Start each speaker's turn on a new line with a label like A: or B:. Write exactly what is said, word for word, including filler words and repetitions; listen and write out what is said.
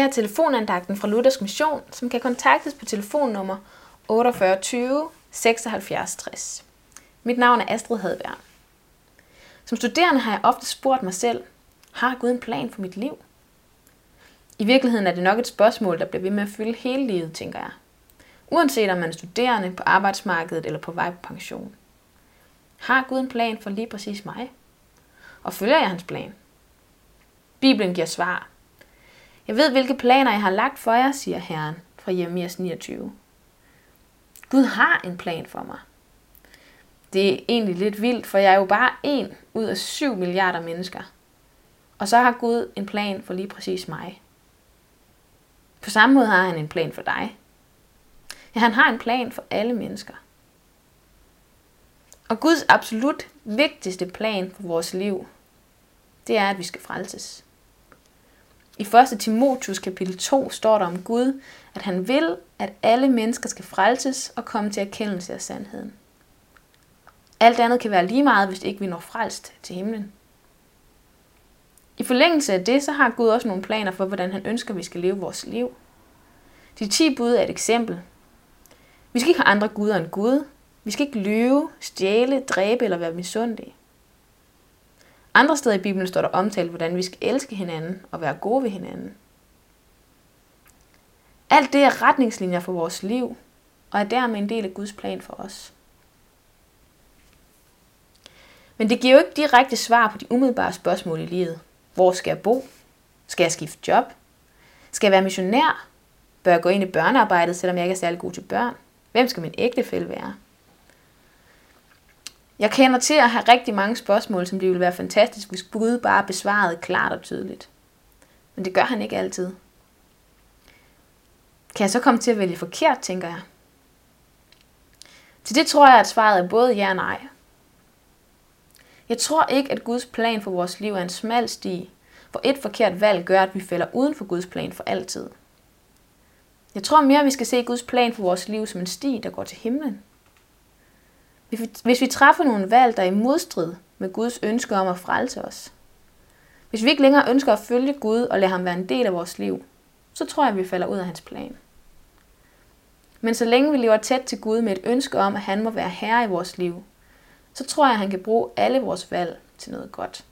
A: Her er telefonandagten fra Luthersk Mission, som kan kontaktes på telefonnummer otteogfyrre tyve seksoghalvfjerds tres. Mit navn er Astrid Hadberg. Som studerende har jeg ofte spurgt mig selv, har Gud en plan for mit liv? I virkeligheden er det nok et spørgsmål, der bliver ved med at fylde hele livet, tænker jeg. Uanset om man er studerende, på arbejdsmarkedet eller på vej på pension. Har Gud en plan for lige præcis mig? Og følger jeg hans plan? Bibelen giver svar. Jeg ved, hvilke planer jeg har lagt for jer, siger Herren fra Jeremias niogtyve. Gud har en plan for mig. Det er egentlig lidt vildt, for jeg er jo bare en ud af syv milliarder mennesker. Og så har Gud en plan for lige præcis mig. På samme måde har han en plan for dig. Ja, han har en plan for alle mennesker. Og Guds absolut vigtigste plan for vores liv, det er, at vi skal frelses. I første Timotheus kapitel to står der om Gud, at han vil, at alle mennesker skal frelses og komme til erkendelse af sandheden. Alt andet kan være lige meget, hvis ikke vi når frelst til himlen. I forlængelse af det, så har Gud også nogle planer for, hvordan han ønsker, at vi skal leve vores liv. De ti bud er et eksempel. Vi skal ikke have andre guder end Gud. Vi skal ikke lyve, stjæle, dræbe eller være misundelige. Andre steder i Bibelen står der omtalt, hvordan vi skal elske hinanden og være gode ved hinanden. Alt det er retningslinjer for vores liv, og er dermed en del af Guds plan for os. Men det giver jo ikke direkte svar på de umiddelbare spørgsmål i livet. Hvor skal jeg bo? Skal jeg skifte job? Skal jeg være missionær? Bør jeg gå ind i børnearbejdet, selvom jeg ikke er særlig god til børn? Hvem skal min ægtefælle være? Jeg kender til at have rigtig mange spørgsmål, som det ville være fantastisk, hvis Gud bare besvarede klart og tydeligt. Men det gør han ikke altid. Kan jeg så komme til at vælge forkert, tænker jeg? Til det tror jeg, at svaret er både ja og nej. Jeg tror ikke, at Guds plan for vores liv er en smal sti, hvor et forkert valg gør, at vi falder uden for Guds plan for altid. Jeg tror mere, at vi skal se Guds plan for vores liv som en sti, der går til himlen. Hvis vi træffer nogle valg, der er i modstrid med Guds ønske om at frelse os. Hvis vi ikke længere ønsker at følge Gud og lade ham være en del af vores liv, så tror jeg, at vi falder ud af hans plan. Men så længe vi lever tæt til Gud med et ønske om, at han må være herre i vores liv, så tror jeg, at han kan bruge alle vores valg til noget godt.